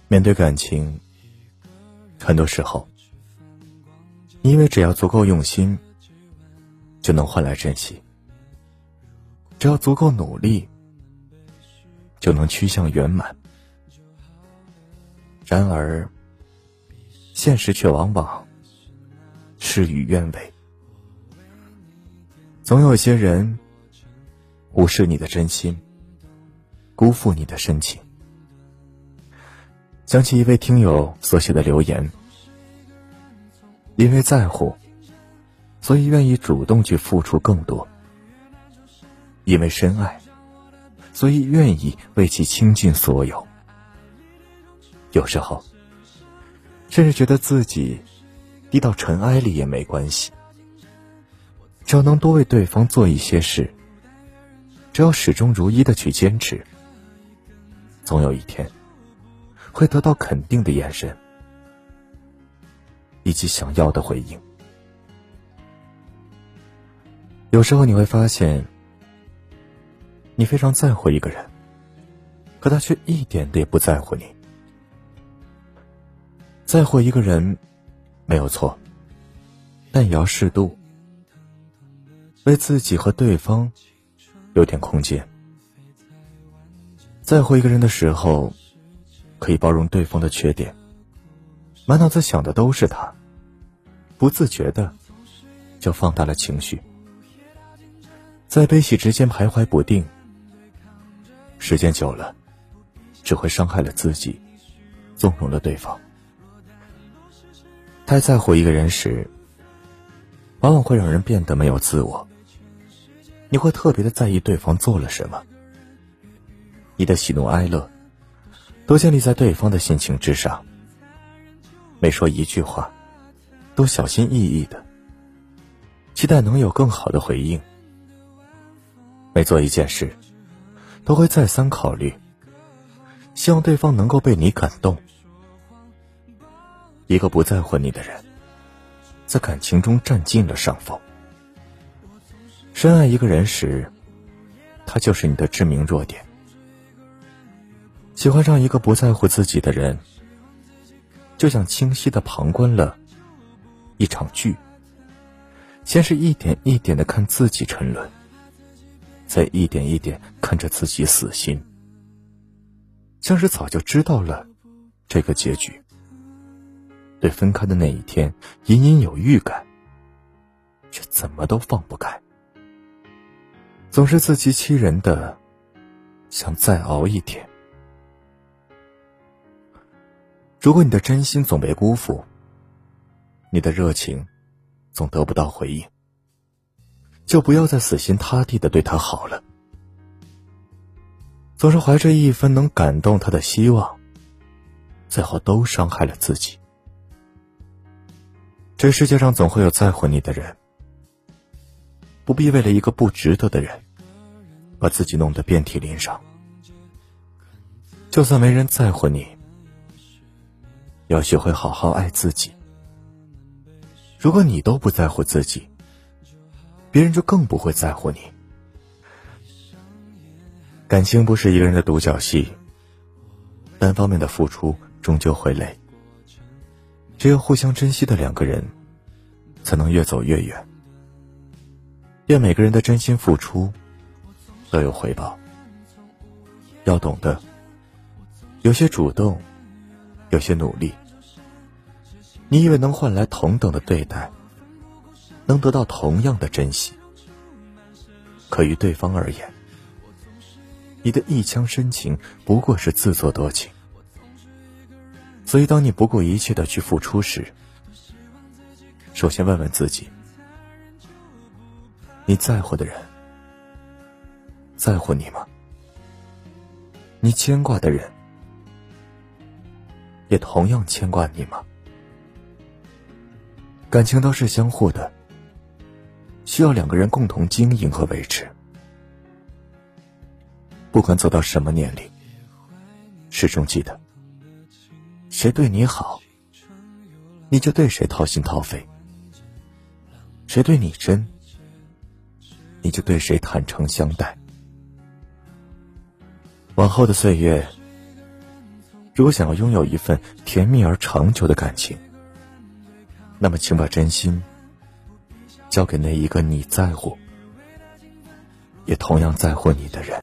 面对感情，很多时候，你以为只要足够用心，就能换来珍惜；只要足够努力，就能趋向圆满。然而，现实却往往事与愿违。总有些人无视你的真心，辜负你的深情。想起一位听友所写的留言：因为在乎，所以愿意主动去付出更多；因为深爱，所以愿意为其倾尽所有。有时候，甚至觉得自己低到尘埃里也没关系，只要能多为对方做一些事，只要始终如一的去坚持，总有一天会得到肯定的眼神以及想要的回应。有时候你会发现，你非常在乎一个人，可他却一点也不在乎你。在乎一个人没有错，但也要适度，为自己和对方留点空间。在乎一个人的时候，可以包容对方的缺点，满脑子想的都是他，不自觉的就放大了情绪，在悲喜之间徘徊不定，时间久了，只会伤害了自己，纵容了对方。太在乎一个人时，往往会让人变得没有自我。你会特别的在意对方做了什么，你的喜怒哀乐都建立在对方的心情之上，每说一句话都小心翼翼的，期待能有更好的回应。每做一件事都会再三考虑，希望对方能够被你感动。一个不在乎你的人，在感情中占尽了上风。深爱一个人时，他就是你的致命弱点。喜欢上一个不在乎自己的人，就像清晰地旁观了一场剧，先是一点一点地看自己沉沦，再一点一点看着自己死心，像是早就知道了这个结局，对分开的那一天隐隐有预感，却怎么都放不开，总是自欺欺人的想再熬一天。如果你的真心总被辜负，你的热情总得不到回应，就不要再死心塌地的对他好了。总是怀着一分能感动他的希望，最后都伤害了自己。这世界上总会有在乎你的人，不必为了一个不值得的人把自己弄得遍体鳞伤。就算没人在乎你，要学会好好爱自己。如果你都不在乎自己，别人就更不会在乎你。感情不是一个人的独角戏，单方面的付出终究会累，只有互相珍惜的两个人才能越走越远。愿每个人的真心付出都有回报。要懂得，有些主动，有些努力，你以为能换来同等的对待，能得到同样的珍惜，可于对方而言，你的一腔深情不过是自作多情。所以当你不顾一切的去付出时，首先问问自己，你在乎的人在乎你吗？你牵挂的人也同样牵挂你吗？感情都是相互的，需要两个人共同经营和维持。不管走到什么年龄，始终记得，谁对你好，你就对谁掏心掏肺；谁对你真，你就对谁坦诚相待。往后的岁月， 如果想要拥有一份甜蜜而长久的感情，那么请把真心交给那一个你在乎，也同样在乎你的人。